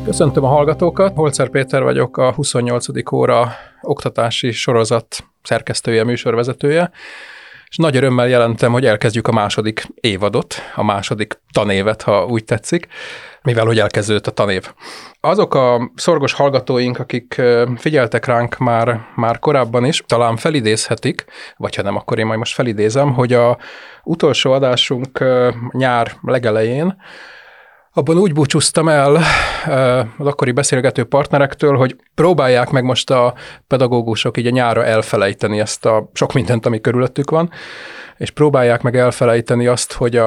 Köszöntöm a hallgatókat, Holzer Péter vagyok, a 28. óra oktatási sorozat szerkesztője, műsorvezetője, és nagy örömmel jelentem, hogy elkezdjük a második évadot, a második tanévet, ha úgy tetszik, mivel hogy elkezdődött a tanév. Azok a szorgos hallgatóink, akik figyeltek ránk már korábban is, talán felidézhetik, vagy ha nem, akkor én majd most felidézem, hogy a utolsó adásunk nyár legelején, abban úgy búcsúztam el az akkori beszélgető partnerektől, hogy próbálják meg most a pedagógusok így a nyárra elfelejteni ezt a sok mindent, ami körülöttük van, és próbálják meg elfelejteni azt, hogy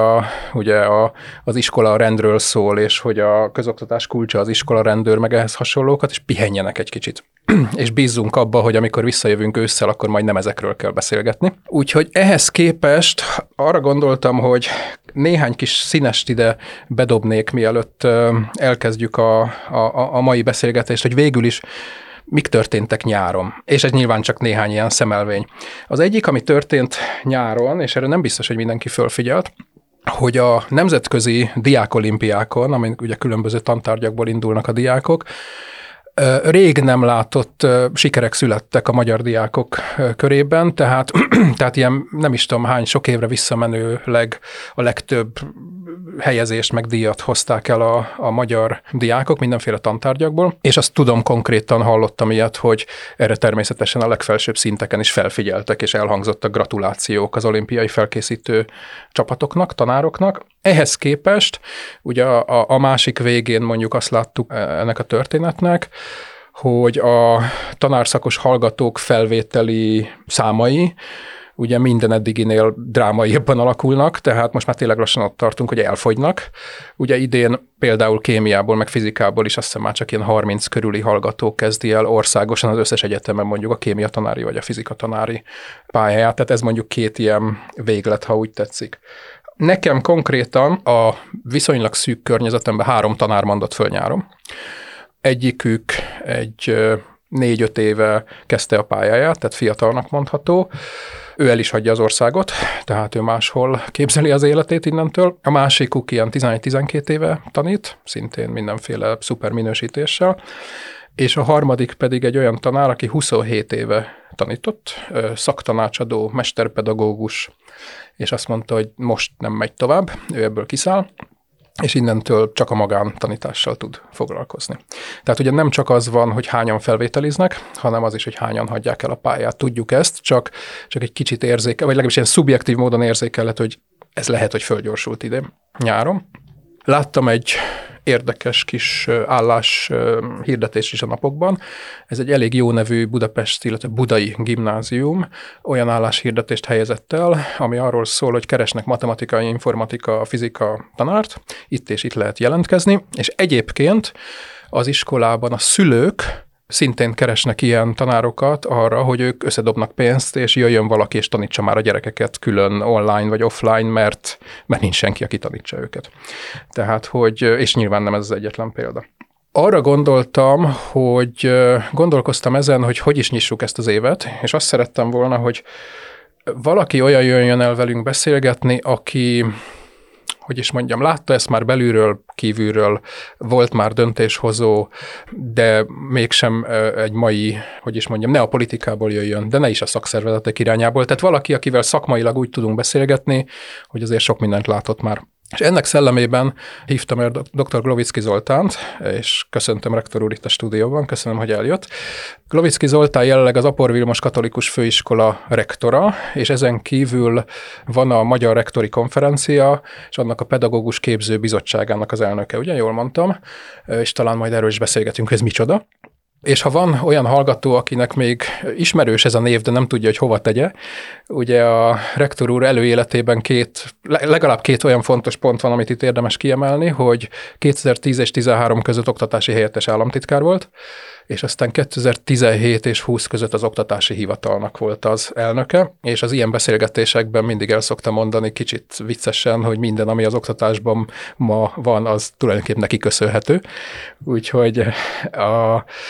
az iskola a rendről szól, és hogy a közoktatás kulcsa az iskola rendőr, meg ehhez hasonlókat, és pihenjenek egy kicsit. És bízzunk abba, hogy amikor visszajövünk ősszel, akkor majd nem ezekről kell beszélgetni. Úgyhogy ehhez képest arra gondoltam, hogy néhány kis színest ide bedobnék, mielőtt elkezdjük a mai beszélgetést, hogy végül is mik történtek nyáron. És ez nyilván csak néhány ilyen szemelvény. Az egyik, ami történt nyáron, és erre nem biztos, hogy mindenki fölfigyelt, hogy a nemzetközi diákolimpiákon, amin ugye különböző tantárgyakból indulnak a diákok, rég nem látott sikerek születtek a magyar diákok körében, tehát ilyen nem is tudom hány sok évre visszamenőleg a legtöbb helyezést meg díjat hozták el a magyar diákok mindenféle tantárgyakból, és azt tudom, konkrétan hallottam ilyet, hogy erre természetesen a legfelsőbb szinteken is felfigyeltek, és elhangzottak gratulációk az olimpiai felkészítő csapatoknak, tanároknak. Ehhez képest ugye a másik végén mondjuk azt láttuk ennek a történetnek, hogy a tanárszakos hallgatók felvételi számai ugye minden eddiginél drámaiabban alakulnak, tehát most már tényleg lassan ott tartunk, hogy elfogynak. Ugye idén például kémiából, meg fizikából is azt hiszem már csak ilyen 30 körüli hallgató kezdi el országosan az összes egyetemen mondjuk a kémia tanári vagy a fizika tanári pályáját, tehát ez mondjuk két ilyen véglet, ha úgy tetszik. Nekem konkrétan a viszonylag szűk környezetemben 3 tanár mondott föl nyáron. Egyikük egy 4-5 éve kezdte a pályáját, tehát fiatalnak mondható. Ő el is hagyja az országot, tehát ő máshol képzeli az életét innentől. A másikuk ilyen 11-12 éve tanít, szintén mindenféle szuper minősítéssel. És a harmadik pedig egy olyan tanár, aki 27 éve tanított, szaktanácsadó, mesterpedagógus, és azt mondta, hogy most nem megy tovább, ő ebből kiszáll, és innentől csak a magántanítással tud foglalkozni. Tehát ugye nem csak az van, hogy hányan felvételiznek, hanem az is, hogy hányan hagyják el a pályát. Tudjuk ezt, csak egy kicsit vagy legalábbis ilyen szubjektív módon érzékelhet, hogy ez lehet, hogy fölgyorsult idén nyáron. Láttam egy érdekes kis állás hirdetés is a napokban. Ez egy elég jó nevű budapesti, illetve budai gimnázium olyan álláshirdetést helyezett el, ami arról szól, hogy keresnek matematika, informatika, fizika tanárt, itt és itt lehet jelentkezni, és egyébként az iskolában a szülők szintén keresnek ilyen tanárokat arra, hogy ők összedobnak pénzt, és jöjjön valaki, és tanítsa már a gyerekeket külön online vagy offline, mert nincs senki, aki tanítsa őket. Tehát, és nyilván nem ez az egyetlen példa. Arra gondolkoztam ezen, hogy is nyissuk ezt az évet, és azt szerettem volna, hogy valaki olyan jöjjön el velünk beszélgetni, aki, hogy is mondjam, látta ezt már belülről, kívülről, volt már döntéshozó, de mégsem egy mai, hogy is mondjam, ne a politikából jöjjön, de ne is a szakszervezetek irányából. Tehát valaki, akivel szakmailag úgy tudunk beszélgetni, hogy azért sok mindent látott már. És ennek szellemében hívtam el dr. Glovicki Zoltánt, és köszöntöm rektor úr itt a stúdióban, köszönöm, hogy eljött. Glovicki Zoltán jelenleg az Apor Vilmos Katolikus Főiskola rektora, és ezen kívül van a Magyar Rektori Konferencia, és annak a Pedagógus Képző Bizottságának az elnöke, ugye jól mondtam, és talán majd erről is beszélgetünk, hogy ez micsoda. És ha van olyan hallgató, akinek még ismerős ez a név, de nem tudja, hogy hova tegye, ugye a rektor úr előéletében legalább két olyan fontos pont van, amit itt érdemes kiemelni, hogy 2010 és 2013 között oktatási helyettes államtitkár volt, és aztán 2017 és 20 között az oktatási hivatalnak volt az elnöke, és az ilyen beszélgetésekben mindig el szoktam mondani kicsit viccesen, hogy minden, ami az oktatásban ma van, az tulajdonképpen neki köszönhető. Úgyhogy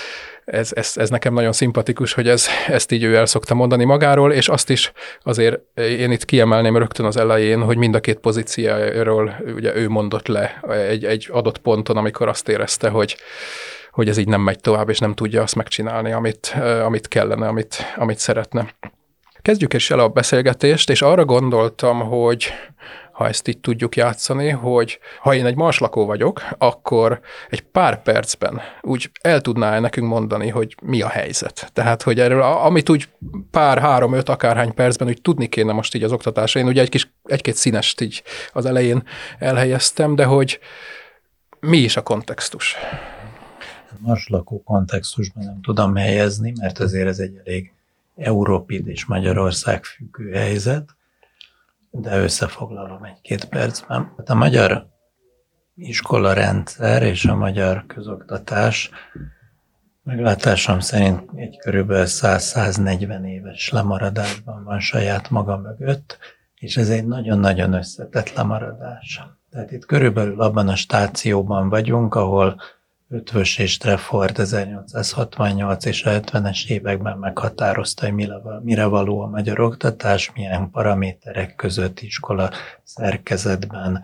Ez nekem nagyon szimpatikus, hogy ezt így ő el szokta mondani magáról, és azt is azért én itt kiemelném rögtön az elején, hogy mind a két pozícióról ugye ő mondott le egy adott ponton, amikor azt érezte, hogy ez így nem megy tovább, és nem tudja azt megcsinálni, amit kellene, amit szeretne. Kezdjük is el a beszélgetést, és arra gondoltam, hogy ha ezt így tudjuk játszani, hogy ha én egy marslakó vagyok, akkor egy pár percben úgy el tudná nekünk mondani, hogy mi a helyzet. Tehát, hogy erről, amit úgy pár, 3-5 akárhány percben úgy tudni kéne most így az oktatásra. Én ugye egy-két színest így az elején elhelyeztem, de hogy mi is a kontextus? A marslakó kontextusban nem tudom helyezni, mert azért ez egy elég Európid és Magyarország függő helyzet, de összefoglalom 1-2 percben. A magyar iskolarendszer és a magyar közoktatás meglátásom szerint egy körülbelül 100-140 éves lemaradásban van saját maga mögött, és ez egy nagyon-nagyon összetett lemaradás. Tehát itt körülbelül abban a stációban vagyunk, ahol Eötvös és Treffort 1868 és a 70-es években meghatározta, hogy mire való a magyar oktatás, milyen paraméterek között, iskola szerkezetben,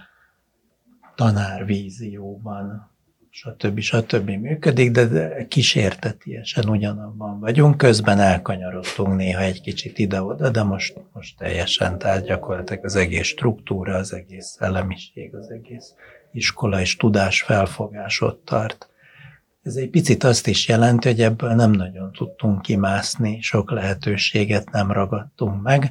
tanárvízióban, stb. Működik, de kísértetiesen ugyanabban vagyunk, közben elkanyarodtunk néha egy kicsit ide-oda, de most teljesen, tehát gyakorlatilag az egész struktúra, az egész szellemiség, az egész iskola és tudásfelfogás ott tart. Ez egy picit azt is jelenti, hogy ebből nem nagyon tudtunk kimászni, sok lehetőséget nem ragadtunk meg.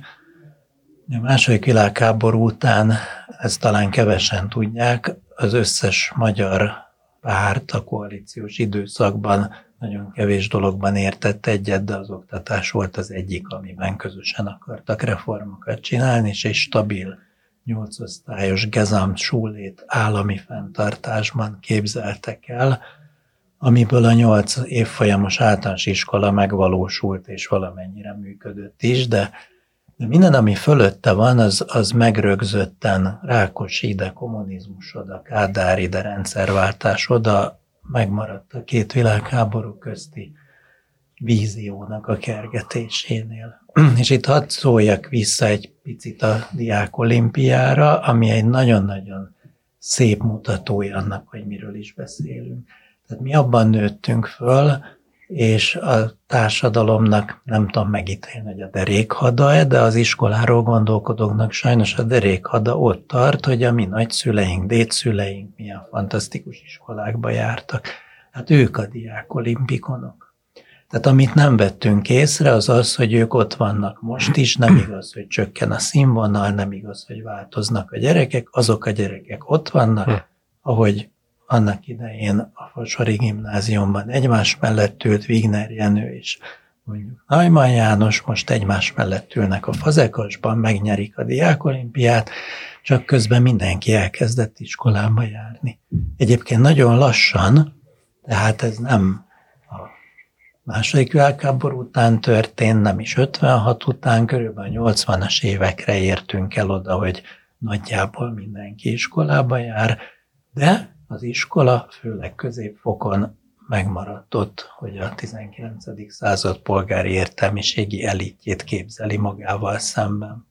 A második világháború után, ezt talán kevesen tudják, az összes magyar párt a koalíciós időszakban nagyon kevés dologban értett egyet, de az oktatás volt az egyik, amiben közösen akartak reformokat csinálni, és egy stabil 8 osztályos Gesamtschulét állami fenntartásban képzeltek el, amiből a 8 évfolyamos általános iskola megvalósult, és valamennyire működött is, de minden, ami fölötte van, az megrögzötten Rákosi ide, kommunizmus oda, Kádár ide, rendszerváltás oda, megmaradt a 2 világháború közti víziónak a kergetésénél. És itt hadd szóljak vissza egy picit a Diák Olimpiára, ami egy nagyon-nagyon szép mutatója annak, hogy miről is beszélünk. Tehát mi abban nőttünk föl, és a társadalomnak nem tudom megítélni, hogy a derékhada-e, de az iskoláról gondolkodóknak sajnos a derékhada ott tart, hogy a mi nagyszüleink, dédszüleink milyen fantasztikus iskolákba jártak. Hát ők a diák olimpikonok. Tehát amit nem vettünk észre, az az, hogy ők ott vannak most is, nem igaz, hogy csökken a színvonal, nem igaz, hogy változnak a gyerekek, azok a gyerekek ott vannak, ahogy annak idején a Fasori gimnáziumban egymás mellett ült Wigner Jenő és mondjuk Neumann János, most egymás mellett ülnek a Fazekasban, megnyerik a diákolimpiát, csak közben mindenki elkezdett iskolába járni. Egyébként nagyon lassan, tehát ez nem a második világháború után történt, nem is 56 után, körülbelül 80-as évekre értünk el oda, hogy nagyjából mindenki iskolába jár, de az iskola, főleg középfokon megmaradt ott, hogy a 19. század polgári értelmiségi elitjét képzeli magával szemben.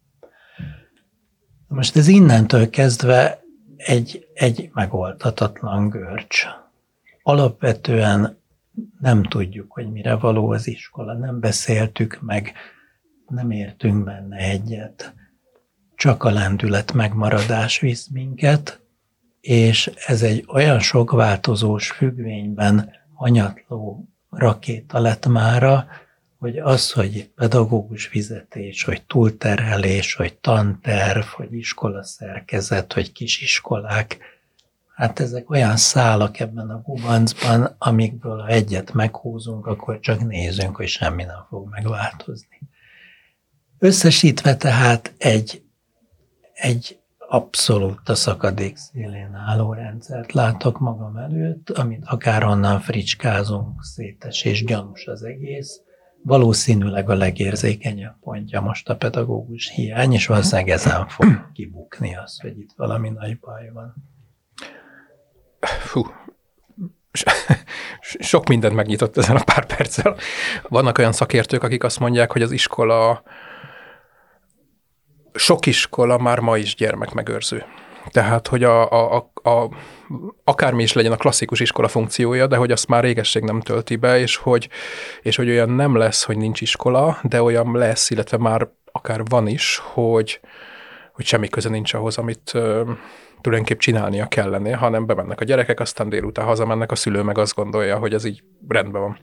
Most ez innentől kezdve egy megoldhatatlan görcs. Alapvetően nem tudjuk, hogy mire való az iskola, nem beszéltük meg, nem értünk benne egyet. Csak a lendület megmaradás visz minket, és ez egy olyan sok változós függvényben hanyatló rakéta lett mára, hogy az, hogy pedagógus fizetés, hogy túlterhelés, hogy tanterv, hogy iskolaszerkezet, hogy kisiskolák, hát ezek olyan szálak ebben a gubancban, amikből ha egyet meghúzunk, akkor csak nézünk, hogy semmi nem fog megváltozni. Összesítve tehát egy abszolút a szakadék szélén álló rendszert látok magam előtt, amit akárhonnan fricskázunk, szétes és gyanús az egész. Valószínűleg a legérzékenyebb pontja most a pedagógus hiány, és valószínűleg ezen fog kibukni az, hogy itt valami nagy baj van. sok mindent megnyitott ezen a pár perccel. Vannak olyan szakértők, akik azt mondják, hogy az iskola, sok iskola már ma is gyermekmegőrző. Tehát, hogy akármi is legyen a klasszikus iskola funkciója, de hogy azt már régesség nem tölti be, és hogy olyan nem lesz, hogy nincs iskola, de olyan lesz, illetve már akár van is, hogy semmi köze nincs ahhoz, amit tulajdonképp csinálnia kellene, hanem bemennek a gyerekek, aztán délután hazamennek, a szülő meg azt gondolja, hogy ez így rendben van.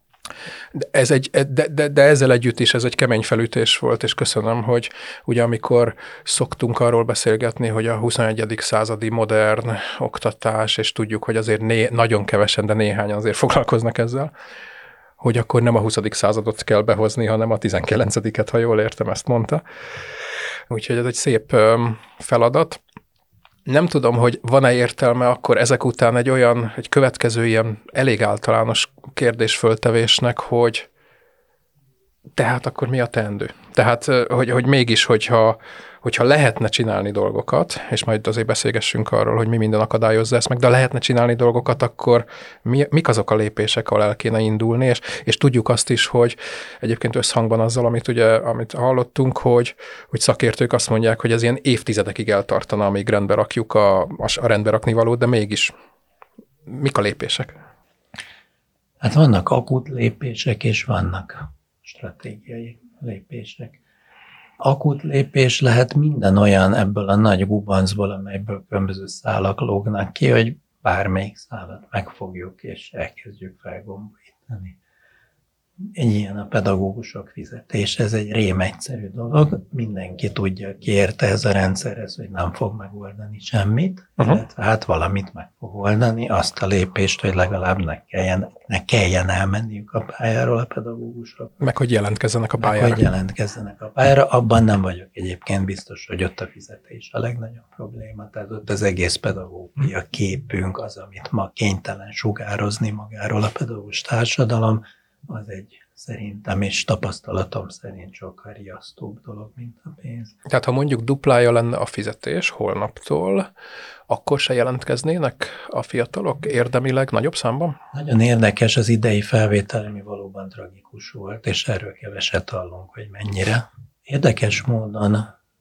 De ezzel együtt is ez egy kemény felütés volt, és köszönöm, hogy ugye amikor szoktunk arról beszélgetni, hogy a 21. századi modern oktatás, és tudjuk, hogy azért nagyon kevesen, de néhányan azért foglalkoznak ezzel, hogy akkor nem a 20. századot kell behozni, hanem a 19-et, ha jól értem, ezt mondta. Úgyhogy ez egy szép feladat. Nem tudom, hogy van-e értelme akkor ezek után egy következő ilyen elég általános kérdésföltevésnek, hogy tehát akkor mi a teendő? Tehát, hogy mégis, hogyha lehetne csinálni dolgokat, és majd azért beszélgessünk arról, hogy mi minden akadályozza ezt meg, de lehetne csinálni dolgokat, akkor mik azok a lépések, ahol el kéne indulni, és tudjuk azt is, hogy egyébként összhangban azzal, amit hallottunk, hogy szakértők azt mondják, hogy ez ilyen évtizedekig eltartana, amíg rendbe rakjuk a rendbe rakni valót, de mégis mik a lépések? Hát vannak akut lépések, és vannak stratégiai lépések. Akut lépés lehet minden olyan ebből a nagy gubancból, amelyből különböző szálak lógnak ki, hogy bármelyik szálat megfogjuk, és elkezdjük felgombolítani. Egy ilyen a pedagógusok fizetés, ez egy rém egyszerű dolog, mindenki tudja, aki érte ez a rendszerhez, hogy nem fog megoldani semmit, illetve hát valamit meg fog oldani, azt a lépést, hogy legalább ne kelljen elmenniük a pályáról a pedagógusok. Meg hogy jelentkezzenek a pályára. Abban nem vagyok egyébként biztos, hogy ott a fizetés a legnagyobb probléma, tehát ott az egész pedagógia képünk, az, amit ma kénytelen sugározni magáról a pedagógus társadalom, az egy szerintem és tapasztalatom szerint sokkal riasztóbb dolog, mint a pénz. Tehát ha mondjuk duplája lenne a fizetés holnaptól, akkor se jelentkeznének a fiatalok érdemileg nagyobb számban? Nagyon érdekes az idei felvétel, ami valóban tragikus volt, és erről keveset hallunk, hogy mennyire. Érdekes módon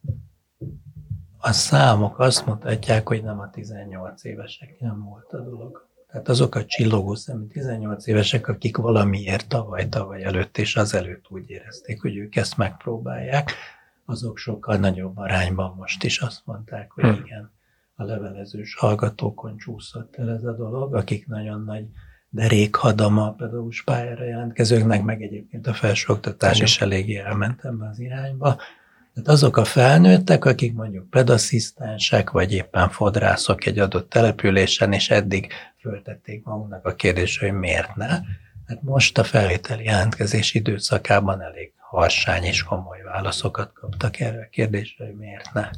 a számok azt mutatják, hogy nem a 18 évesek nem volt a dolog. Tehát azok a csillogó szemű 18 évesek, akik valamiért tavaly előtt és azelőtt úgy érezték, hogy ők ezt megpróbálják, azok sokkal nagyobb arányban most is azt mondták, hogy igen, a levelezős hallgatókon csúszott el ez a dolog, akik nagyon nagy derékhadama a pedagógus pályára jelentkezőknek, meg egyébként a felsőoktatás is eléggé elment ebbe az irányba. Tehát azok a felnőttek, akik mondjuk pedasszisztensek, vagy éppen fodrászok egy adott településen, és eddig föltették maguknak a kérdést, hogy miért ne. Hát most a felvételi jelentkezés időszakában elég harsány és komoly válaszokat kaptak erre a kérdésre, hogy miért ne.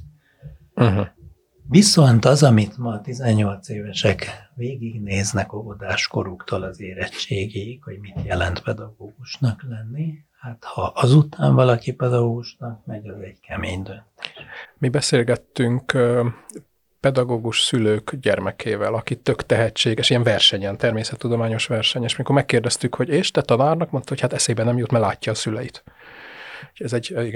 Viszont az, amit ma a 18 évesek végignéznek óvodás koruktól az érettségig, hogy mit jelent pedagógusnak lenni, hát ha azután valaki pedagógusnak megy, az egy kemény döntés. Mi beszélgettünk pedagógus szülők gyermekével, aki tök tehetséges, ilyen versenyen, természettudományos verseny, és mikor megkérdeztük, hogy és te tanárnak, mondta, hogy hát eszébe nem jut, mert látja a szüleit. Ez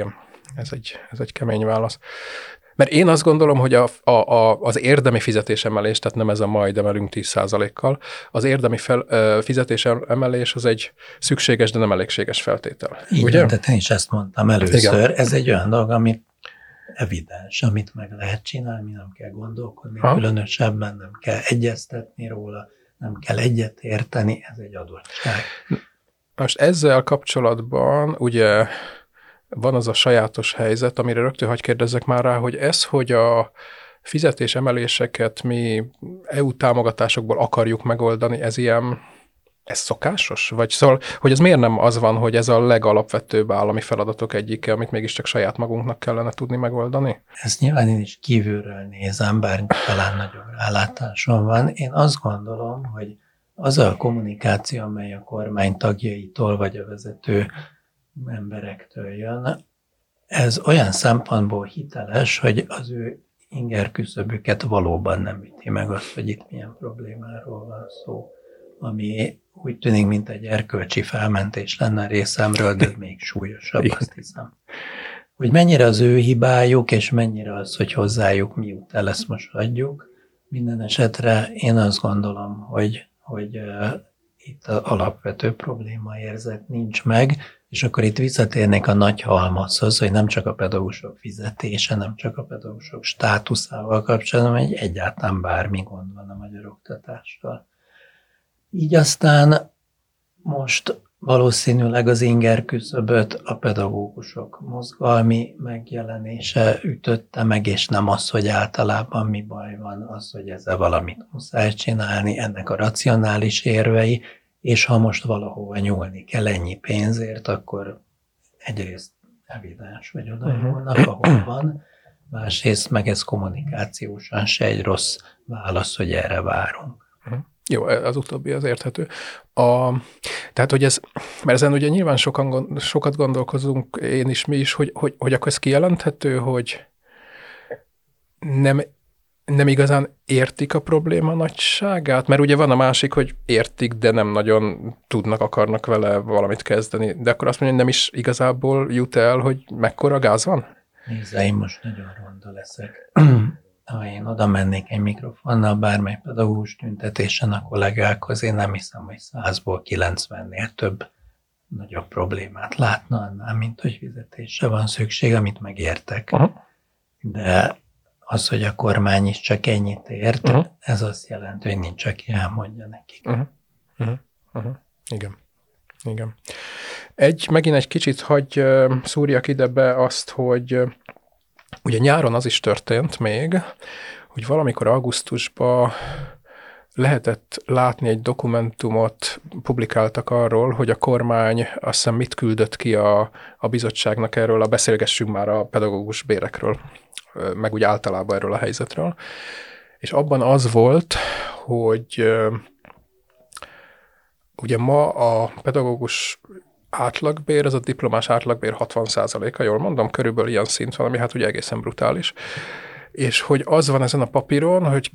egy kemény válasz. Mert én azt gondolom, hogy az érdemi fizetésemelés, tehát nem ez a majd emelünk 10%-kal, az érdemi fizetésemelés az egy szükséges, de nem elégséges feltétel. Így ugye? Van, tehát én is ezt mondtam először. Igen. Ez egy olyan dolog, amit evidens, amit meg lehet csinálni, nem kell gondolkodni, különösebben nem kell egyeztetni róla, nem kell egyet érteni, ez egy adottság. Most ezzel kapcsolatban ugye van az a sajátos helyzet, amire rögtön hagy kérdezzek már rá, hogy hogy a fizetésemeléseket mi EU támogatásokból akarjuk megoldani, ez szokásos? Vagy szóval, hogy ez miért nem az van, hogy ez a legalapvetőbb állami feladatok egyike, amit mégiscsak saját magunknak kellene tudni megoldani? Ezt nyilván én is kívülről nézem, bár talán nagyobb rálátásom van. Én azt gondolom, hogy az a kommunikáció, amely a kormány tagjaitól vagy a vezető emberektől jön, ez olyan szempontból hiteles, hogy az ő inger küszöbüket valóban nem üti meg azt, hogy itt milyen problémáról van szó. ami úgy tűnik, mint egy erkölcsi felmentés lenne a részemről, de még súlyosabb, azt hiszem. Hogy mennyire az ő hibájuk, és mennyire az, hogy hozzájuk mi jut el, ezt most adjuk. Minden esetre én azt gondolom, hogy itt az alapvető problémaérzet nincs meg, és akkor itt visszatérnék a nagy halmazhoz, hogy nem csak a pedagógusok fizetése, nem csak a pedagógusok státuszával kapcsolatban, hanem egyáltalán bármi gond van a magyar oktatással. Így aztán most valószínűleg az inger küszöböt a pedagógusok mozgalmi megjelenése ütötte meg, és nem az, hogy általában mi baj van, az, hogy ezzel valamit muszáj csinálni, ennek a racionális érvei, és ha most valahova nyúlni kell ennyi pénzért, akkor egyrészt evidens, hogy oda nyúlnak, ahol van, másrészt meg ez kommunikációsan se egy rossz válasz, hogy erre várunk. Jó, az utóbbi az érthető. Tehát, hogy ez, mert ezen ugye nyilván sokat gondolkozunk, én is, mi is, hogy akkor ez kijelenthető, hogy nem igazán értik a probléma nagyságát, mert ugye van a másik, hogy értik, de nem nagyon akarnak vele valamit kezdeni, de akkor azt mondja, hogy nem is igazából jut el, hogy mekkora gáz van? Nézd, én most nagyon ronda leszek. Ha én oda mennék egy mikrofonnal bármely pedagógus tüntetésen a kollégákhoz, én nem hiszem, hogy 100-ból 90-nél több nagyobb problémát látna annál, mint hogy fizetésre van szükség, amit megértek. De az, hogy a kormány is csak ennyit ért, ez azt jelenti, hogy nincs, aki elmondja nekik. Igen. Megint egy kicsit hagy szúrjak ide be azt, hogy ugye nyáron az is történt még, hogy valamikor augusztusban lehetett látni egy dokumentumot, publikáltak arról, hogy a kormány azt hiszem mit küldött ki a bizottságnak erről, beszélgessünk már a pedagógus bérekről, meg úgy általában erről a helyzetről. És abban az volt, hogy ugye ma a pedagógus átlagbér, ez a diplomás átlagbér 60%-a, jól mondom, körülbelül ilyen szint van, ami hát ugye egészen brutális. És hogy az van ezen a papíron, hogy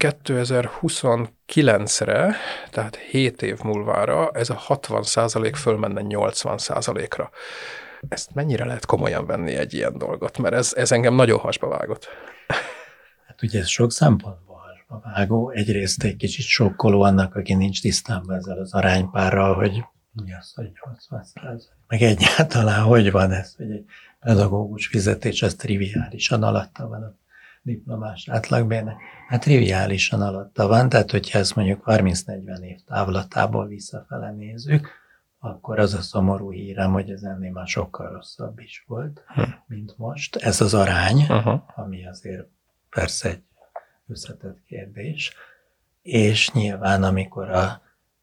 2029-re, tehát 7 év múlvára ez a 60% fölmenne 80%-ra. Ezt mennyire lehet komolyan venni egy ilyen dolgot? Mert ez engem nagyon hasba vágott. Hát ugye ez sok szempontból hasba vágó. Egyrészt egy kicsit sokkoló annak, aki nincs tisztában ezzel az aránypárral, hogy mi az, hogy 80%. Meg egyáltalán hogy van ez, hogy egy pedagógus fizetés, az triviálisan alatta van a diplomás átlagbérnek. Hát triviálisan alatta van, tehát hogyha ezt mondjuk 30-40 év távlatából visszafele nézzük, akkor az a szomorú hírem, hogy ez ennél már sokkal rosszabb is volt, mint most. Ez az arány, ami azért persze egy összetett kérdés, és nyilván amikor a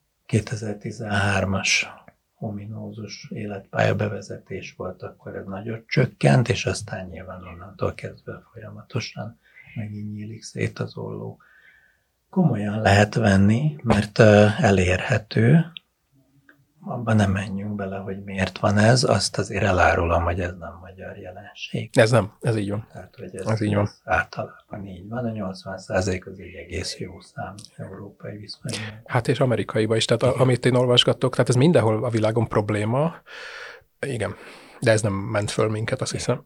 2013-as ominózus életpálya bevezetés volt, akkor ez nagyot csökkent, és aztán nyilván onnantól kezdve folyamatosan megint nyílik szét az olló. Komolyan lehet venni, mert elérhető, abban nem menjünk bele, hogy miért van ez, azt azért elárulom, hogy ez nem magyar jelenség. Ez így van. Tehát, hogy ez így van. Általában így van, a 80% az egy egész jó szám európai viszonyban. Hát és amerikaiban is, tehát amit én olvasgattok, tehát ez mindenhol a világon probléma. Igen, de ez nem ment föl minket, azt hiszem.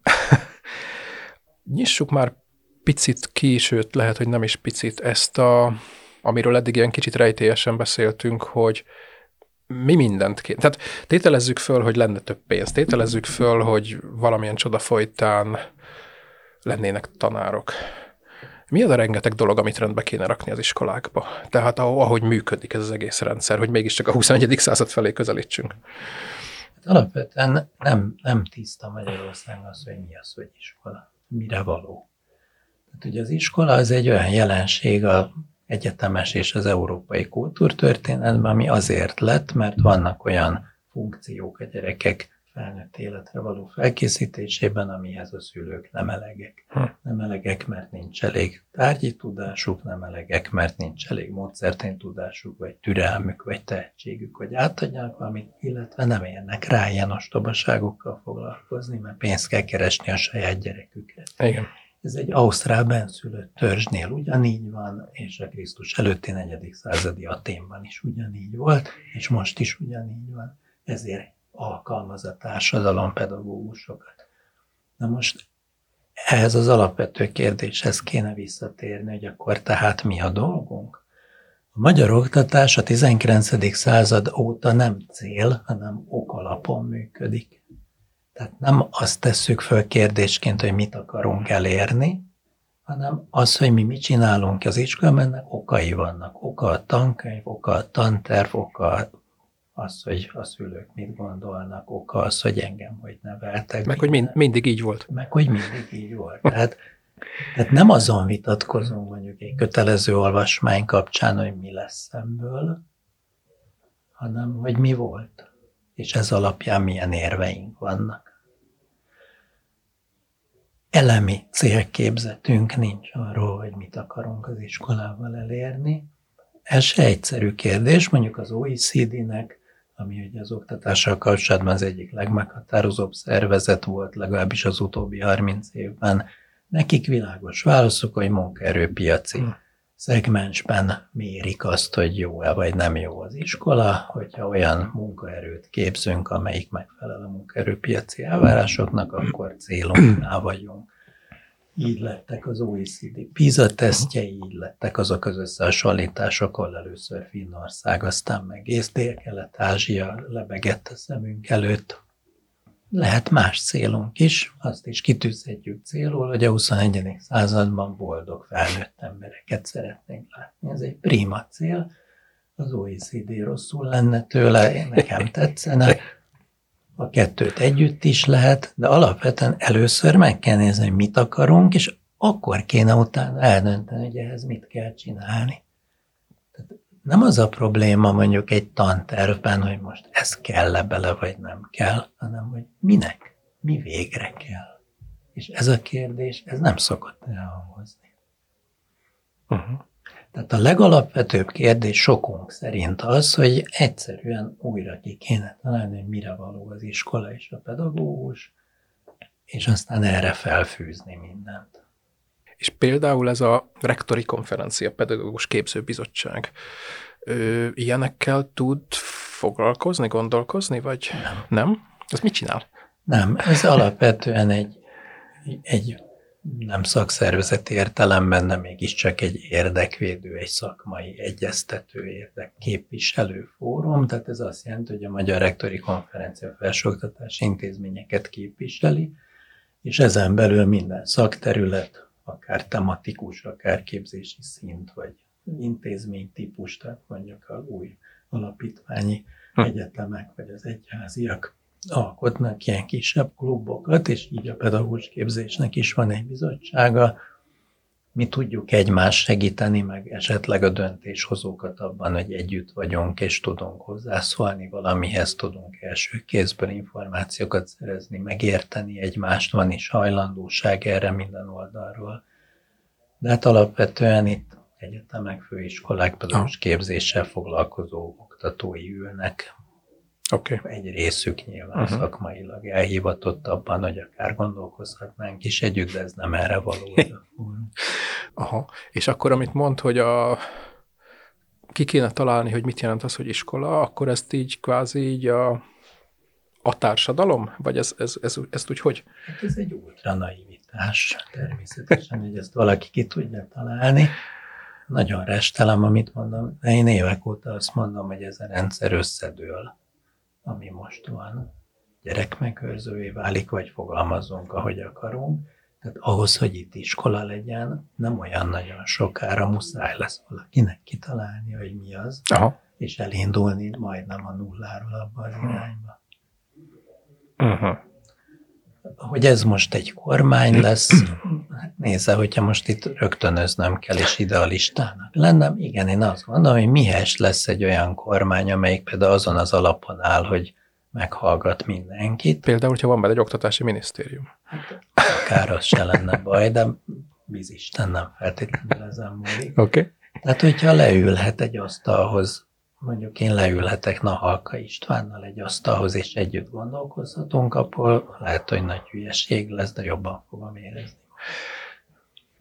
Nyissuk már picit ki, sőt lehet, hogy nem is picit, ezt amiről eddig ilyen kicsit rejtélyesen beszéltünk, hogy mi mindent kéne. Tehát tételezzük föl, hogy lenne több pénz. Tételezzük föl, hogy valamilyen csoda folytán lennének tanárok. Mi az a rengeteg dolog, amit rendbe kéne rakni az iskolákba? Tehát ahogy működik ez az egész rendszer, hogy mégiscsak a 21. század felé közelítsünk. Hát alapvetően nem tiszta Magyarországon az, hogy mi az, hogy iskola. Mire való. Tehát ugye az iskola az egy olyan jelenség a egyetemes és az európai kultúrtörténetben, ami azért lett, mert vannak olyan funkciók a gyerekek felnőtt életre való felkészítésében, amihez a szülők nem elegek. Nem elegek, mert nincs elég tárgyi tudásuk, nem elegek, mert nincs elég módszertani tudásuk, vagy türelmük, vagy tehetségük, hogy átadják valamit, illetve nem érnek rá ilyen ostobaságokkal foglalkozni, mert pénzt kell keresni a saját gyereküket. Igen. Ez egy ausztrál benszülött törzsnél ugyanígy van, és a Krisztus előtti 4. századi Athénban is ugyanígy volt, és most is ugyanígy van. Ezért alkalmaz a társadalom pedagógusokat. Na most ehhez az alapvető kérdéshez kéne visszatérni, hogy akkor tehát mi a dolgunk? A magyar oktatás a 19. század óta nem cél, hanem okalapon működik. Tehát nem azt tesszük föl kérdésként, hogy mit akarunk elérni, hanem az, hogy mi mit csinálunk az iskolában, ennek okai vannak. Oka a tankönyv, oka a tanterv, oka az, hogy a szülők mit gondolnak, oka az, hogy engem hogy neveltek. Meg hogy mindig így volt. Meg hogy mindig így volt. Tehát nem azon vitatkozunk mondjuk egy kötelező olvasmány kapcsán, hogy mi lesz ebből, hanem hogy mi volt. És ez alapján milyen érveink vannak. Elemi célképzetünk nincs arról, hogy mit akarunk az iskolával elérni. Ez se egyszerű kérdés, mondjuk az OECD-nek, ami ugye az oktatással kapcsolatban az egyik legmeghatározóbb szervezet volt, legalábbis az utóbbi 30 évben. Nekik világos válaszok, hogy munkaerőpiaci szegmensben mérik azt, hogy jó-e vagy nem jó az iskola, hogyha olyan munkaerőt képzünk, amelyik megfelel a munkaerőpiaci elvárásoknak, akkor célunknál vagyunk. Így lettek az OECD PISA tesztjei, így lettek azok az összehasonlítások, ahol először Finnország, aztán meg Dél-Kelet-Ázsia lebegett a szemünk előtt. Lehet más célunk is, azt is kitűzhetjük célul, hogy a 21. században boldog felnőtt embereket szeretnénk látni. Ez egy prima cél, az OECD rosszul lenne tőle, nekem tetszene, a kettőt együtt is lehet, de alapvetően először meg kell nézni, hogy mit akarunk, és akkor kéne utána eldönteni, hogy ehhez mit kell csinálni. Tehát nem az a probléma mondjuk egy tantervben, hogy most ez kell-e bele, vagy nem kell, hanem hogy minek, mi végre kell. És ez a kérdés, ez nem szokott elhangozni. Tehát a legalapvetőbb kérdés sokunk szerint az, hogy egyszerűen újra ki kéne találni, hogy mire való az iskola és a pedagógus, és aztán erre felfűzni mindent. És például ez a rektori konferencia, pedagógus képzőbizottság, ilyenekkel tud foglalkozni, gondolkozni, vagy nem? Ez mit csinál? Nem, ez alapvetően egy nem szakszervezeti értelemben, de mégiscsak egy érdekvédő, egy szakmai egyeztető érdekképviselő fórum, tehát ez azt jelenti, hogy a Magyar Rektori Konferencia felsőoktatási intézményeket képviseli, és ezen belül minden szakterület, akár tematikus, akár képzési szint, vagy intézménytípus, tehát mondjuk a új alapítványi egyetemek, vagy az egyháziak alkotnak ilyen kisebb klubokat, és így a pedagógus képzésnek is van egy bizottsága. Mi tudjuk egymást segíteni, meg esetleg a döntéshozókat abban, hogy együtt vagyunk, és tudunk hozzászólni valamihez, tudunk első kézből információkat szerezni, megérteni egymást, van is hajlandóság erre minden oldalról. De hát alapvetően itt egyetemek, főiskolák, pedagógus képzéssel foglalkozó oktatói ülnek. Okay. Egy részük nyilván szakmailag elhivatott abban, hogy akár gondolkozhatnánk is együtt, de ez nem erre való. Aha. És akkor, amit mond, hogy ki kéne találni, hogy mit jelent az, hogy iskola, akkor ezt így kvázi így a társadalom? Vagy ezt úgy hogy? Hát ez egy ultranaivitás természetesen, hogy ezt valaki ki tudja találni. Nagyon restelem, amit mondom, de én évek óta azt mondom, hogy ez a rendszer összedől, ami most van. Gyerekmegőrzővé válik, vagy fogalmazzunk, ahogy akarunk. Tehát ahhoz, hogy itt iskola legyen, nem olyan nagyon sokára muszáj lesz valakinek kitalálni, hogy mi az, és elindulni majdnem a nulláról abba az irányba. Hogy ez most egy kormány lesz, hát nézze, hogyha most itt rögtönöznöm kell, és idealistának lennem, igen, én azt mondom, hogy mihez lesz egy olyan kormány, amelyik például azon az alapon áll, hogy meghallgat mindenkit. Például, hogyha van bele egy oktatási minisztérium. Akár az se lenne baj, de bízisten nem feltétlenül ezen múlik. Okay. Tehát, hogyha leülhet egy asztalhoz, mondjuk én leülhetek Nahalka Istvánnal egy asztalhoz, és együtt gondolkozhatunk, akkor lehet, hogy nagy hülyeség lesz, de jobban fogom érezni.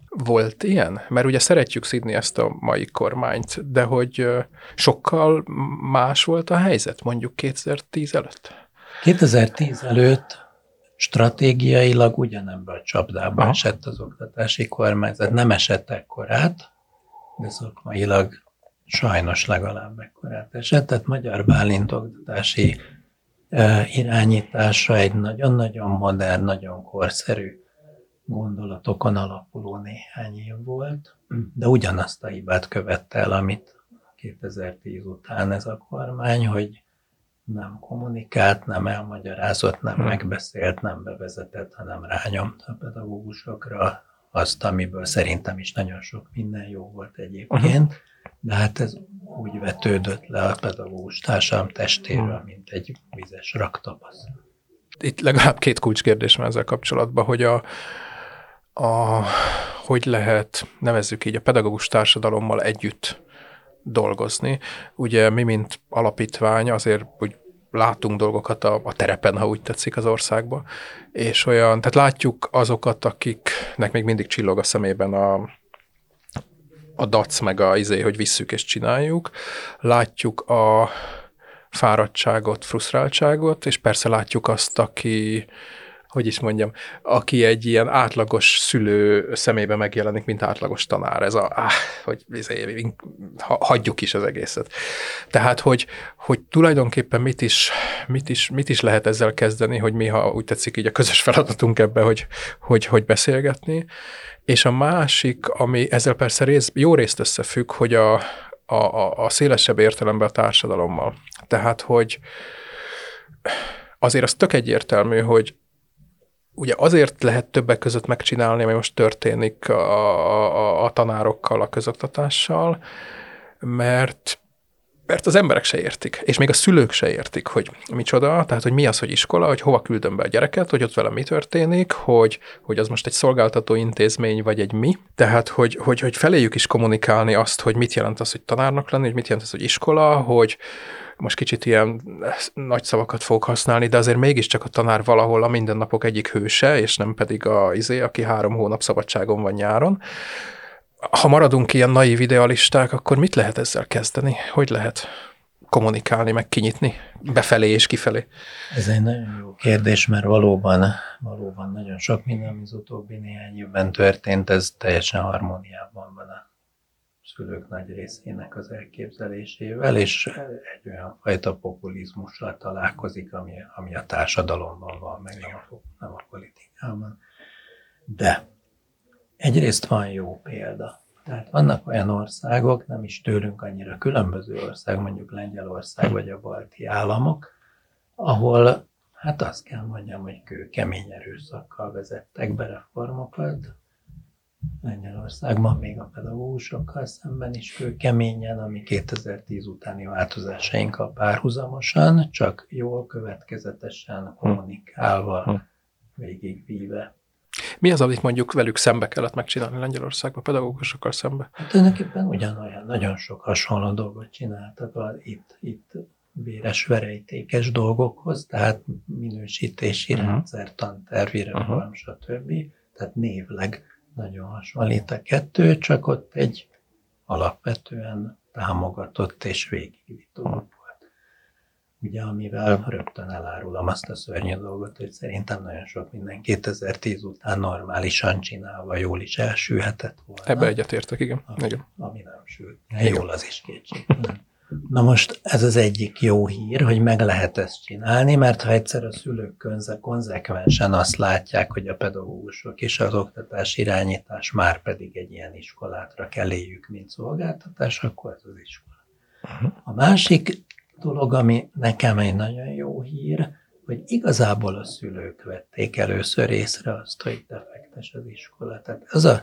Volt ilyen? Mert ugye szeretjük szidni ezt a mai kormányt, de hogy sokkal más volt a helyzet mondjuk 2010 előtt? 2010 előtt stratégiailag ugyanebben a csapdába esett az oktatási kormányzat. Nem esett ekkorát, de szakmailag sajnos legalább ekkorát esett. Tehát Magyar Bálint oktatási irányítása egy nagyon-nagyon modern, nagyon korszerű gondolatokon alapuló néhány év volt, de ugyanazt a hibát követte el, amit 2010 után ez a kormány, hogy nem kommunikált, nem elmagyarázott, nem megbeszélt, nem bevezetett, hanem rányomta a pedagógusokra azt, amiből szerintem is nagyon sok minden jó volt egyébként, de hát ez úgy vetődött le a pedagógus társadalom testéről, mint egy vizes raktapasz. Itt legalább 2 kulcskérdés van ezzel kapcsolatban, hogy hogy lehet, nevezzük így, a pedagógus társadalommal együtt dolgozni. Ugye mi, mint alapítvány, azért úgy látunk dolgokat a terepen, ha úgy tetszik, az országban, és tehát látjuk azokat, akiknek még mindig csillog a szemében a dac, meg hogy visszük és csináljuk. Látjuk a fáradtságot, frusztráltságot, és persze látjuk azt, aki egy ilyen átlagos szülő szemébe megjelenik, mint átlagos tanár. Ez hagyjuk is az egészet. Tehát, hogy tulajdonképpen mit is lehet ezzel kezdeni, hogy mi, ha úgy tetszik, így a közös feladatunk ebbe, hogy beszélgetni. És a másik, ami ezzel persze jó részt összefügg, hogy a szélesebb értelemben a társadalommal. Tehát, hogy azért az tök egyértelmű, hogy ugye azért lehet többek között megcsinálni, ami most történik a tanárokkal, a közoktatással, mert az emberek se értik, és még a szülők se értik, hogy micsoda, tehát hogy mi az, hogy iskola, hogy hova küldöm be a gyereket, hogy ott vele mi történik, hogy az most egy szolgáltató intézmény, vagy egy mi. Tehát, hogy feléjük is kommunikálni azt, hogy mit jelent az, hogy tanárnak lenni, hogy mit jelent az, hogy iskola, hogy most kicsit ilyen nagy szavakat fogok használni, de azért mégiscsak a tanár valahol a mindennapok egyik hőse, és nem pedig aki 3 hónap szabadságon van nyáron. Ha maradunk ilyen naív idealisták, akkor mit lehet ezzel kezdeni? Hogy lehet kommunikálni, meg kinyitni befelé és kifelé? Ez egy nagyon jó kérdés, mert valóban nagyon sok minden, ami az utóbbi néhány évben történt, ez teljesen harmóniában van a szülők nagy részének az elképzelésével, és egy olyan fajta populizmussal találkozik, ami a társadalomban van, meg nem a politikában. De egyrészt van jó példa. Tehát vannak olyan országok, nem is tőlünk annyira különböző ország, mondjuk Lengyelország vagy a balti államok, ahol, hát azt kell mondjam, hogy kőkemény erőszakkal vezettek be reformokat. Lengyelországban még a pedagógusokkal szemben is kőkeményen, ami 2010 utáni változásainkkal párhuzamosan, csak jól, következetesen, kommunikálva, végigvíve. Mi az, amit mondjuk velük szembe kellett megcsinálni Lengyelországban, pedagógusokkal szembe? Hát tulajdonképpen ugyanolyan, nagyon sok hasonló dolgot csináltak itt véres verejtékes dolgokhoz, tehát minősítési rendszer, tantervi reform, stb. Tehát névleg nagyon hasonlít a kettő, csak ott egy alapvetően támogatott és végigvitt volt. Ugye, amivel rögtön elárulom azt a szörnyű dolgot, hogy szerintem nagyon sok minden 2010 után normálisan csinálva jól is elsülhetett volna. Ebbe egyetértek, igen. Ami nem sült. Jól az is kétségtelen. Na most ez az egyik jó hír, hogy meg lehet ezt csinálni, mert ha egyszer a szülők konzekvensen azt látják, hogy a pedagógusok és az oktatás irányítás már pedig egy ilyen iskolátra kell éljük, mint szolgáltatás, akkor ez az iskola. A másik dolog, ami nekem egy nagyon jó hír, hogy igazából a szülők vették először észre azt, hogy defektes az iskola. Tehát ez a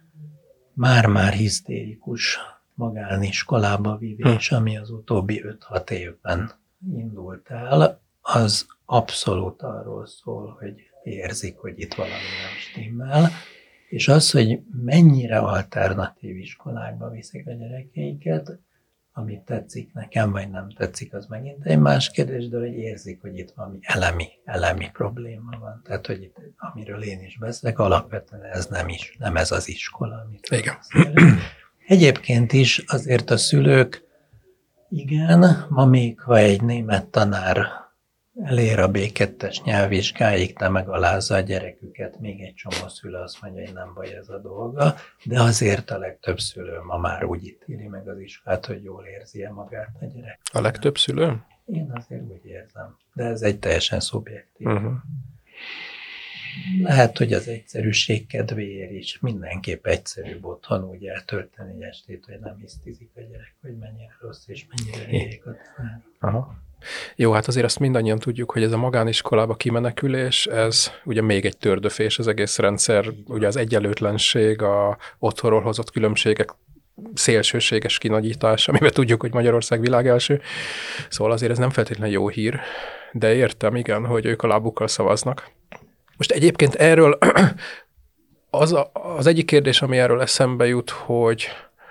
már-már hisztérikus magániskolába vívés, ami az utóbbi 5-6 évben indult el, az abszolút arról szól, hogy érzik, hogy itt valami nem stimmel, és az, hogy mennyire alternatív iskolákba viszik a gyerekeiket, amit tetszik nekem, vagy nem tetszik, az megint egy más kérdés, de hogy érzik, hogy itt valami elemi probléma van. Tehát, hogy itt, amiről én is beszélek, alapvetően ez nem ez az iskola, amit beszélünk. Egyébként is azért a szülők, igen, ma még ha egy német tanár elér a B2-es nyelvvizsgáig, de megalázza a gyereküket, még egy csomó szülő azt mondja, hogy nem baj ez a dolga, de azért a legtöbb szülő ma már úgy ítéli meg az iskolát, hogy jól érzi-e magát a gyerek. A legtöbb szülő? Én azért úgy érzem, de ez egy teljesen szubjektív. Lehet, hogy az egyszerűség kedvéért is mindenképp egyszerűbb otthon úgy eltölteni egy estét, hogy nem hisztizik a gyerek, hogy mennyire rossz és mennyire rég a tanár. Jó, hát azért azt mindannyian tudjuk, hogy ez a magániskolába kimenekülés, ez ugye még egy tördöfés az egész rendszer, ugye az egyenlőtlenség, a otthonról hozott különbségek szélsőséges kinagyítás, amiben tudjuk, hogy Magyarország világ első. Szóval azért ez nem feltétlenül jó hír, de értem, igen, hogy ők a lábukkal szavaznak. Most egyébként erről az egyik kérdés, ami erről eszembe jut, hogy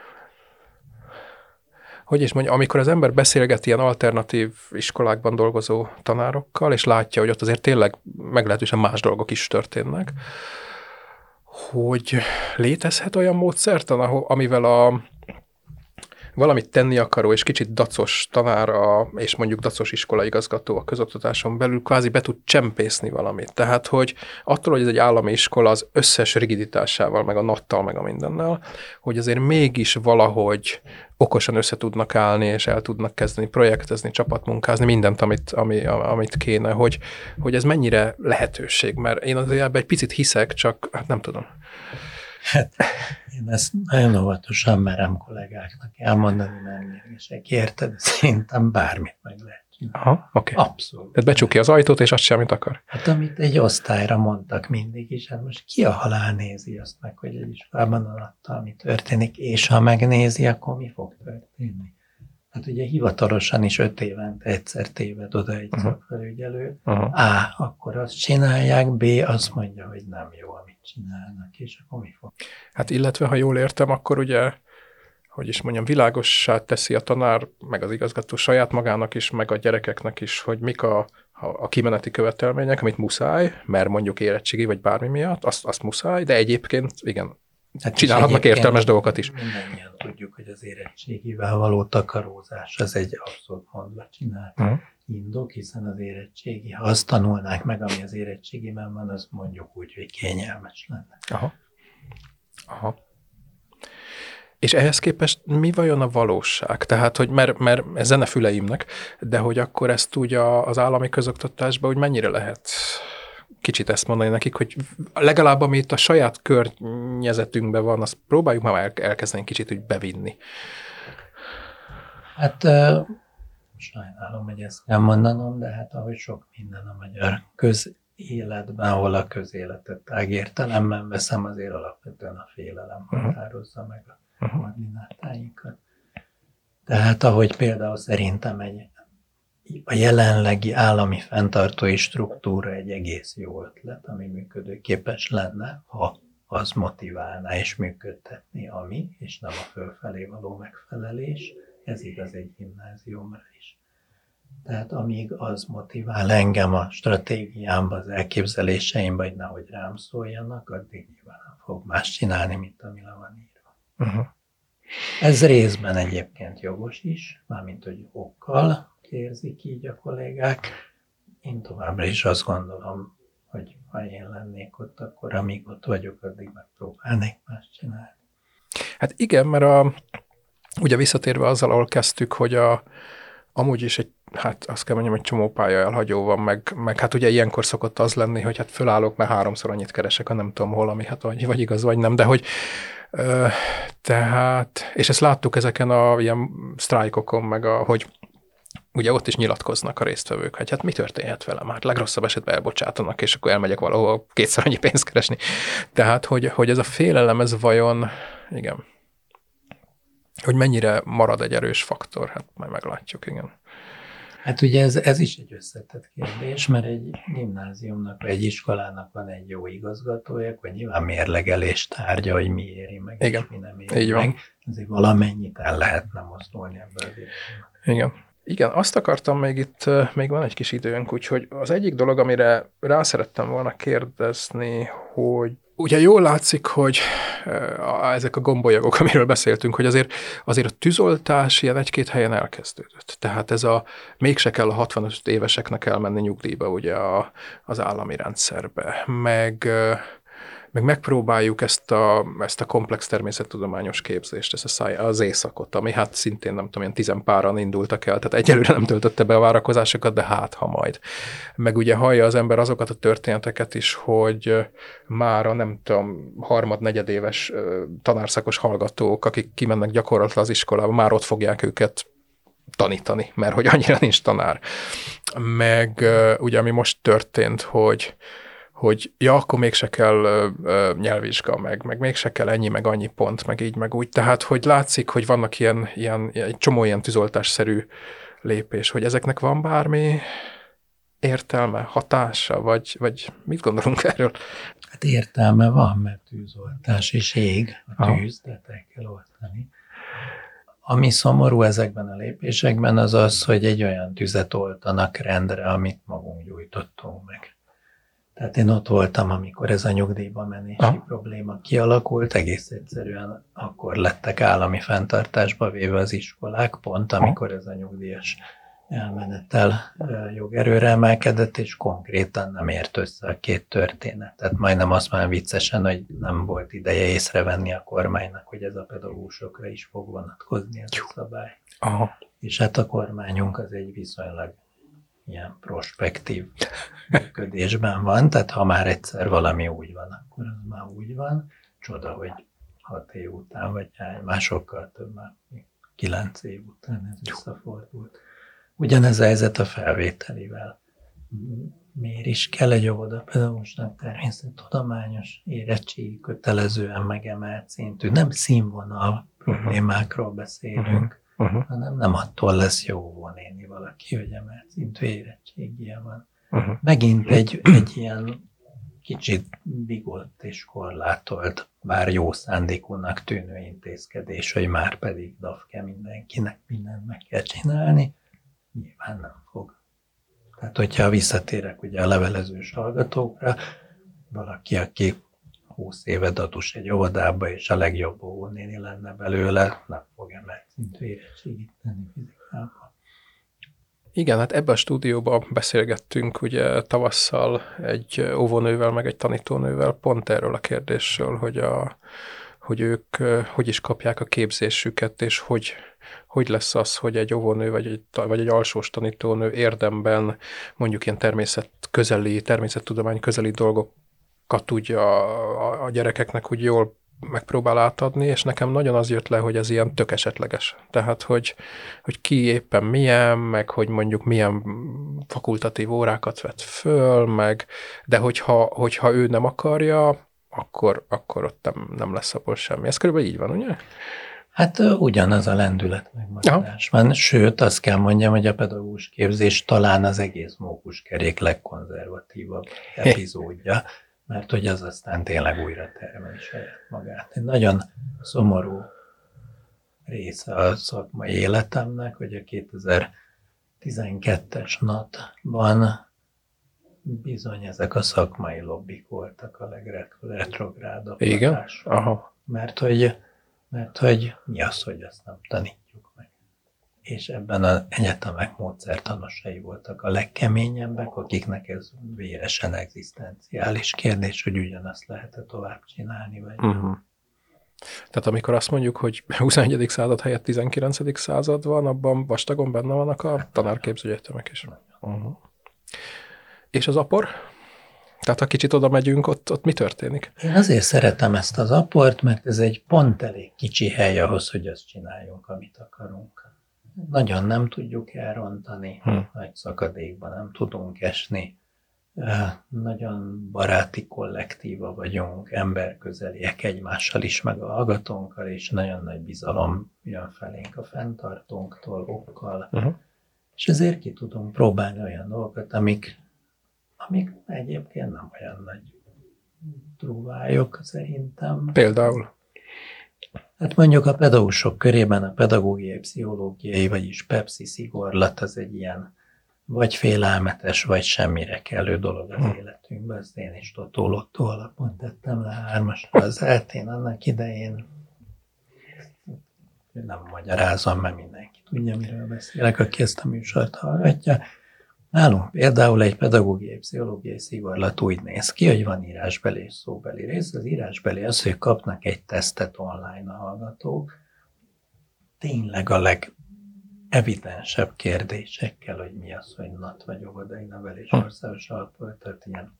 is mondja, amikor az ember beszélget ilyen alternatív iskolákban dolgozó tanárokkal, és látja, hogy ott azért tényleg meglehetősen más dolgok is történnek, hogy létezhet olyan módszertan, amivel valamit tenni akaró és kicsit dacos tanár és mondjuk dacos iskolaigazgató a közoktatáson belül kvázi be tud csempészni valamit. Tehát, hogy attól, hogy ez egy állami iskola az összes rigiditásával, meg a nattal, meg a mindennel, hogy azért mégis valahogy okosan össze tudnak állni, és el tudnak kezdeni projektezni, csapatmunkázni, mindent, amit kéne, hogy ez mennyire lehetőség, mert én azért ebben egy picit hiszek, csak hát nem tudom. Hát én ezt nagyon óvatosan merem kollégáknak elmondani, mert mérgesek, érted? Szerintem bármit meg lehet csinálni. Aha, oké. Abszolút. Tehát becsukja az ajtót, és azt sem, amit akar. Hát amit egy osztályra mondtak mindig is, hát most ki a halál nézi azt meg, hogy egy iskolában alatta, ami történik, és ha megnézi, akkor mi fog történni? Hát ugye hivatalosan is 5 évente egyszer téved oda egy szakfelügyelő. A, akkor azt csinálják, B, azt mondja, hogy nem jó, amit csinálnak, és akkor mi fog? Hát illetve, ha jól értem, akkor ugye, hogy is mondjam, világossá teszi a tanár, meg az igazgató saját magának is, meg a gyerekeknek is, hogy mik a kimeneti követelmények, amit muszáj, mert mondjuk érettségi vagy bármi miatt, azt muszáj, de egyébként igen, hát csinálhatnak értelmes dolgokat is. Mindennyian tudjuk, hogy az érettségivel való takarózás az egy abszolút mondva csinált indok, hiszen az érettségi, ha azt tanulnák meg, ami az érettségiben van, az mondjuk úgy, hogy kényelmes lenne. Aha. És ehhez képest mi vajon a valóság? Tehát, hogy mert ez zene füleimnek, de hogy akkor ezt úgy az állami közoktatásban úgy mennyire lehet kicsit ezt mondani nekik, hogy legalább ami itt a saját környezetünkben van, azt próbáljuk már elkezdeni kicsit úgy bevinni. Hát sajnálom, hogy ezt kell mondanom, de hát ahogy sok minden a magyar közéletben, ahol a közéletet tágértelemben veszem, azért alapvetően a félelem határozza meg a koordinátáinkat. Tehát ahogy például szerintem a jelenlegi állami fenntartói struktúra egy egész jó ötlet, ami működőképes lenne, ha az motiválná és működtetni, és nem a fölfelé való megfelelés. Ez igaz egy gimnáziumra is. Tehát amíg az motivál engem a stratégiámban, az elképzeléseimben, hogy nehogy rám szóljanak, addig nyilván nem fog más csinálni, mint ami le van írva. Ez részben egyébként jogos is, mármint hogy okkal érzik így a kollégák. Én továbbra is azt gondolom, hogy ha én lennék ott, akkor amíg ott vagyok, addig megpróbálnék más csinálni. Hát igen, mert ugye visszatérve azzal, ahol kezdtük, hogy amúgy is hát azt kell mondjam, egy csomó pálya elhagyó van, meg hát ugye ilyenkor szokott az lenni, hogy hát fölállok, mert 3-szor annyit keresek, nem tudom hol, ami hát vagy igaz, vagy nem, de hogy tehát, és ezt láttuk ezeken a ilyen sztrájkokon, meg hogy ugye ott is nyilatkoznak a résztvevők, hogy hát mi történhet velem? Hát legrosszabb esetben elbocsátanak, és akkor elmegyek valahol 2-szer annyi pénzt keresni. Tehát, hogy ez a félelem, ez vajon, igen, hogy mennyire marad egy erős faktor, hát majd meglátjuk, igen. Hát ugye ez is egy összetett kérdés, mert egy gimnáziumnak, vagy egy iskolának van egy jó igazgatója, akkor nyilván mérlegelés tárgya, hogy mi éri meg, Igen. és mi nem éri meg. Azért valamennyit el lehetne mozdulni ebből. Igen. Igen, azt akartam még itt, még van egy kis időnk, úgyhogy az egyik dolog, amire rá szerettem volna kérdezni, hogy ugye jól látszik, hogy ezek a gombolyagok, amiről beszéltünk, hogy azért a tűzoltás ilyen egy-két helyen elkezdődött. Tehát ez mégse kell a 65 éveseknek elmenni nyugdíjba ugye az állami rendszerbe, meg megpróbáljuk ezt a komplex természettudományos képzést, az éjszakot, ami hát szintén nem tudom, ilyen 10 páran indultak el, tehát egyelőre nem töltötte be a várakozásokat, de hát ha majd. Meg ugye hallja az ember azokat a történeteket is, hogy már a nem tudom, harmad-negyedéves tanárszakos hallgatók, akik kimennek gyakorlatilag az iskolába, már ott fogják őket tanítani, mert hogy annyira nincs tanár. Meg ugye ami most történt, hogy ja, akkor mégse kell nyelvvizsga, meg mégse kell ennyi, meg annyi pont, meg így, meg úgy. Tehát, hogy látszik, hogy vannak egy csomó ilyen tűzoltásszerű lépés, hogy ezeknek van bármi értelme, hatása, vagy mit gondolunk erről? Hát értelme van, mert tűzoltás és ég a tűz, de el kell oltani. Ami szomorú ezekben a lépésekben az az, hogy egy olyan tüzet oltanak rendre, amit magunk gyújtottunk meg. Tehát én ott voltam, amikor ez a nyugdíjba menési probléma kialakult, egész egyszerűen akkor lettek állami fenntartásba véve az iskolák, pont amikor ez a nyugdíjas elmenettel jogerőre emelkedett, és konkrétan nem ért össze a két történet. Tehát majdnem azt már viccesen, hogy nem volt ideje észrevenni a kormánynak, hogy ez a pedagógusokra is fog vonatkozni ez a szabály. Aha. És hát a kormányunk az egy viszonylag ilyen prospektív működésben van, tehát ha már egyszer valami úgy van, akkor az már úgy van. Csoda, hogy 6 év után, vagy másokkal több, már 9 év után ez visszafordult. Ugyanez a helyzet a felvételivel. Miért is kell egy óvodapedagógusnak természettudományos érettségi kötelezően megemelt szintű? Nem színvonal problémákról beszélünk, hanem nem attól lesz jó óvónéni valaki, hogy emelt szintű érettségie van. Megint egy ilyen kicsit bigott és korlátolt, bár jó szándékúnak tűnő intézkedés, hogy már pedig DAFKE mindenkinek mindent meg kell csinálni, nyilván nem fog. Tehát, hogyha visszatérek ugye a levelezős hallgatókra, valaki, aki 20 éve datus egy óvodába, és a legjobb óvónéni lenne belőle, nem fog emelt szintű érettségit tenni fizikában. Igen, hát ebben a stúdióban beszélgettünk ugye tavasszal egy óvónővel, meg egy tanítónővel pont erről a kérdésről, hogy ők hogy is kapják a képzésüket, és hogy lesz az, hogy egy óvónő vagy egy alsós tanítónő érdemben mondjuk ilyen természettudomány közeli dolgokat tudja a gyerekeknek úgy jól megpróbál átadni, és nekem nagyon az jött le, hogy ez ilyen tök esetleges. Tehát, hogy ki éppen milyen, meg hogy mondjuk milyen fakultatív órákat vett föl, de hogyha ő nem akarja, akkor ott nem lesz abból semmi. Ez körülbelül így van, ugye? Hát ugyanaz a lendület megmaradás van. Sőt, azt kell mondjam, hogy a pedagógus képzés talán az egész mókuskerék legkonzervatívabb epizódja, mert hogy az aztán tényleg újra termeli saját magát. Egy nagyon szomorú része a szakmai életemnek, hogy a 2012-es NAT-ban bizony ezek a szakmai lobbik voltak a legretrográdabb. Igen? Aha. Mert hogy mi az, hogy azt nem tanítjuk meg. És ebben az egyetemek módszertanosai voltak a legkeményebbek, akiknek ez véresen egzisztenciális kérdés, hogy ugyanazt lehet-e tovább csinálni, vagy Tehát amikor azt mondjuk, hogy 21. század helyett 19. század van, abban vastagon benne vannak a tanárképző egyetemek is. És az apor? Tehát ha kicsit oda megyünk, ott mi történik? Én azért szeretem ezt az aport, mert ez egy pont elég kicsi hely ahhoz, hogy azt csináljunk, amit akarunk. Nagyon nem tudjuk elrontani, nagy szakadékban nem tudunk esni. Nagyon baráti kollektíva vagyunk, emberközeliek egymással is, meg a hallgatónkkal, és nagyon nagy bizalom jön felénk a fenntartónktól, okkal. És ezért ki tudunk próbálni olyan dolgokat, amik egyébként nem olyan nagy trúvályok szerintem. Például? Hát mondjuk a pedagógusok körében a pedagógiai, pszichológiai, vagyis PEPSI szigorlat az egy ilyen vagy félelmetes, vagy semmire kellő dolog az életünkben. Ezt én is totó-lottó alapon tettem le 3-asra az eltén annak idején. Nem magyarázom, mert mindenki tudja, miről beszélek, aki ezt a műsort hallgatja. Nálunk például egy pedagógiai, pszichológiai szigorlat úgy néz ki, hogy van írásbeli és szóbeli rész. Az írásbeli az, hogy kapnak egy tesztet online a hallgatók, tényleg a legevidensebb kérdésekkel, hogy mi az, hogy NAT vagy óvodai nevelés országos alapból történjen.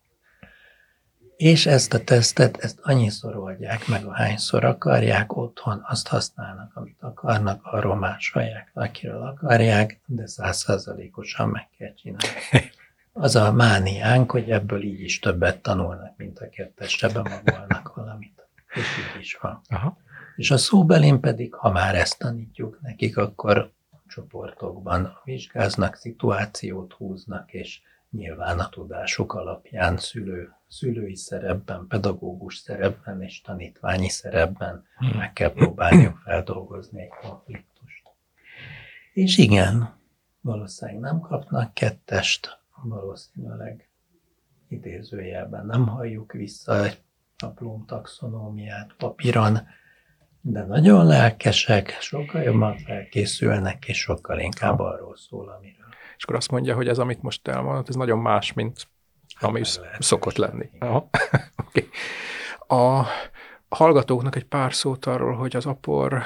És ezt a tesztet, ezt annyiszor oldják meg, ahányszor akarják, otthon azt használnak, amit akarnak, arról másolják, akiről akarják, de 100%-osan meg kell csinálni. Az a mániánk, hogy ebből így is többet tanulnak, mint a 2-esre bemagolnak valamit. És így is van. Aha. És a szóbelin pedig, ha már ezt tanítjuk nekik, akkor csoportokban vizsgáznak, szituációt húznak, és nyilván a tudásuk alapján szülői szerepben, pedagógus szerepben és tanítványi szerepben meg kell próbálniuk feldolgozni egy konfliktust. És igen, valószínűleg nem kapnak 2-est, valószínűleg idézőjelben nem halljuk vissza a Bloom taxonómiát papíron, de nagyon lelkesek, sokkal jobban felkészülnek, és sokkal inkább arról szól, amiről. És akkor azt mondja, hogy ez, amit most elmondott, ez nagyon más, mint ami szokott lenni. Okay. A hallgatóknak egy pár szót arról, hogy az APOR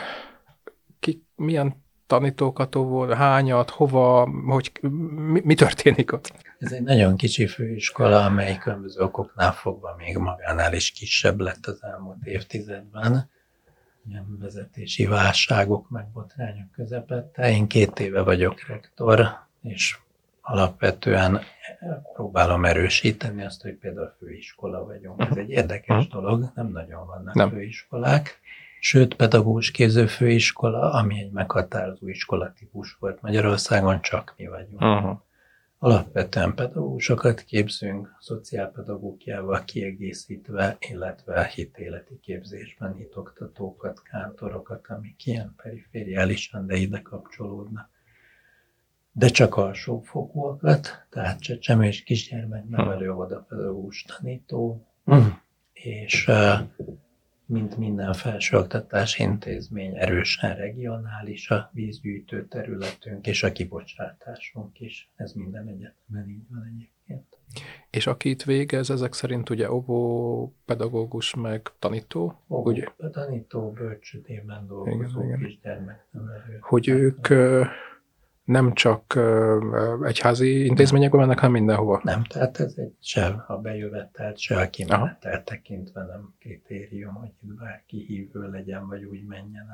milyen tanítókat óvod, hányat, hova, mi történik ott? Ez egy nagyon kicsi főiskola, amely különböző okoknál fogva még magánál is kisebb lett az elmúlt évtizedben. Ilyen vezetési válságok, meg botrányok közepette. Én 2 éve vagyok rektor, és alapvetően próbálom erősíteni azt, hogy például főiskola vagyunk. Ez egy érdekes dolog, nem nagyon vannak főiskolák. Sőt, pedagógus képző főiskola, ami egy meghatározó iskolatípus volt Magyarországon, csak mi vagyunk. Alapvetően pedagógusokat képzünk, szociálpedagógiával kiegészítve, illetve hitéleti képzésben hitoktatókat,kántorokat, amik ilyen perifériálisan, de ide kapcsolódnak. De csak alsófokúakat, tehát csecsemő és kisgyermeknevelő, óvodapedagógus tanító, és mint minden felsőoktatási intézmény erősen regionális a vízgyűjtő területünk, és a kibocsátásunk is. Ez minden egyetemen így van egyébként. És aki itt végez, ezek szerint ugye óvópedagógus meg tanító? Tanító, bölcsődében dolgozó, kisgyermeknevelő. Hogy ők nem csak egyházi intézményekben mennek, hanem mindenhova? Nem, tehát ez se a bejövetelt, se a kimenetelt tekintve nem kritérium, hogy itt bárki hívő legyen, vagy úgy menjen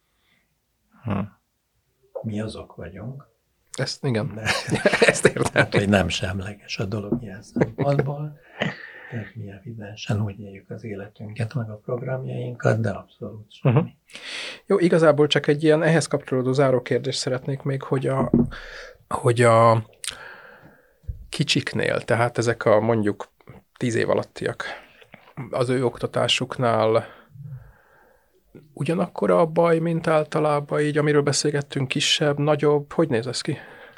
el. Mi azok vagyunk. Ezt igen, ezt értem. Hát, hogy nem semleges a dolog ilyen szempontból. Tehát mi evidensen úgy éljük az életünket, meg a programjainkat, de abszolút semmi. Jó, igazából csak egy ilyen ehhez kapcsolódó záró kérdést szeretnék még, hogy a kicsiknél, tehát ezek a mondjuk 10 év alattiak, az ő oktatásuknál ugyanakkor a baj, mint általában így, amiről beszélgettünk, kisebb, nagyobb, hogy néz ez ki?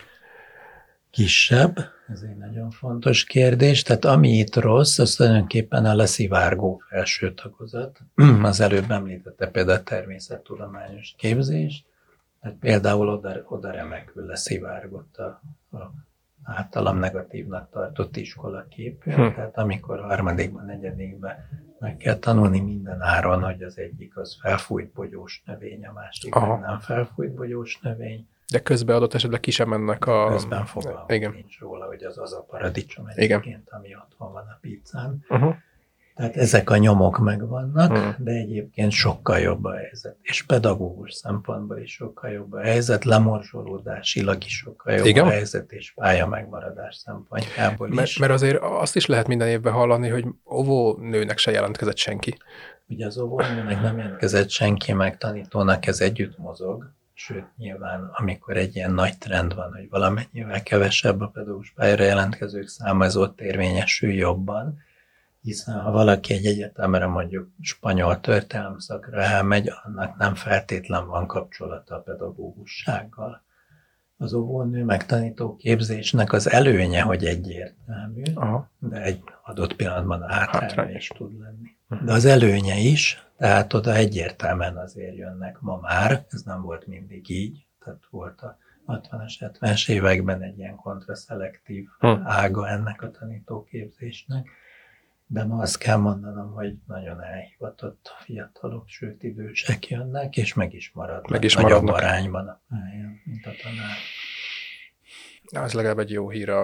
Kisebb, ez egy nagyon fontos kérdés. Tehát ami itt rossz, az tulajdonképpen a leszivárgó felső tagozat. Az előbb említette például a természettudományos képzést. Tehát például oda remekül leszivárgott a általam negatívnak tartott iskolaképű. Tehát amikor 3., 4. meg kell tanulni minden áron, hogy az egyik az felfújt bogyós növény, a másik nem felfújt bogyós növény. De közben adott esetben ki sem mennek a... Közben fogalmam nincs róla, hogy az a paradicsom egyébként, ami otthon van a pizzán. Tehát ezek a nyomok megvannak, de egyébként sokkal jobb a helyzet. És pedagógus szempontból is sokkal jobb a helyzet, lemorzsolódásilag is sokkal jobb a helyzet, és pálya megmaradás szempontjából is. Mert azért azt is lehet minden évben hallani, hogy óvónőnek se jelentkezett senki. Ugye az óvónőnek nem jelentkezett senki, meg tanítónak ez együtt mozog. Sőt, nyilván, amikor egy ilyen nagy trend van, hogy valamennyivel kevesebb a pedagógus pályára jelentkezők száma, ez ott érvényesül jobban, hiszen ha valaki egy egyetemre mondjuk spanyol történelem szakra elmegy, annak nem feltétlen van kapcsolata a pedagógussággal. Az óvónő megtanító képzésnek az előnye, hogy egyértelmű, de egy adott pillanatban a hátránya is tud lenni. De az előnye is, tehát oda egyértelműen azért jönnek ma már, ez nem volt mindig így, tehát volt a 60-as, 70-es években egy ilyen kontraszelektív ága ennek a tanítóképzésnek, de ma azt kell mondanom, hogy nagyon elhivatott fiatalok, sőt idősek jönnek, és meg is maradnak nagyobb arányban a pályán, mint a tanár. Ez legalább egy jó hír.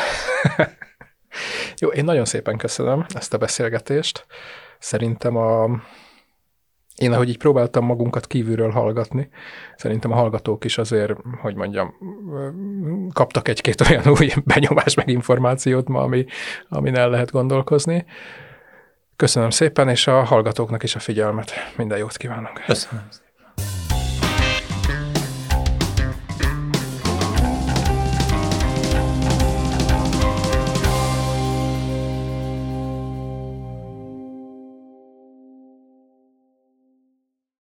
Jó, én nagyon szépen köszönöm ezt a beszélgetést. Szerintem én, ahogy így próbáltam magunkat kívülről hallgatni, szerintem a hallgatók is azért, hogy mondjam, kaptak egy-két olyan új benyomást meg információt ma, amin el lehet gondolkozni. Köszönöm szépen, és a hallgatóknak is a figyelmet. Minden jót kívánok! Köszönöm szépen!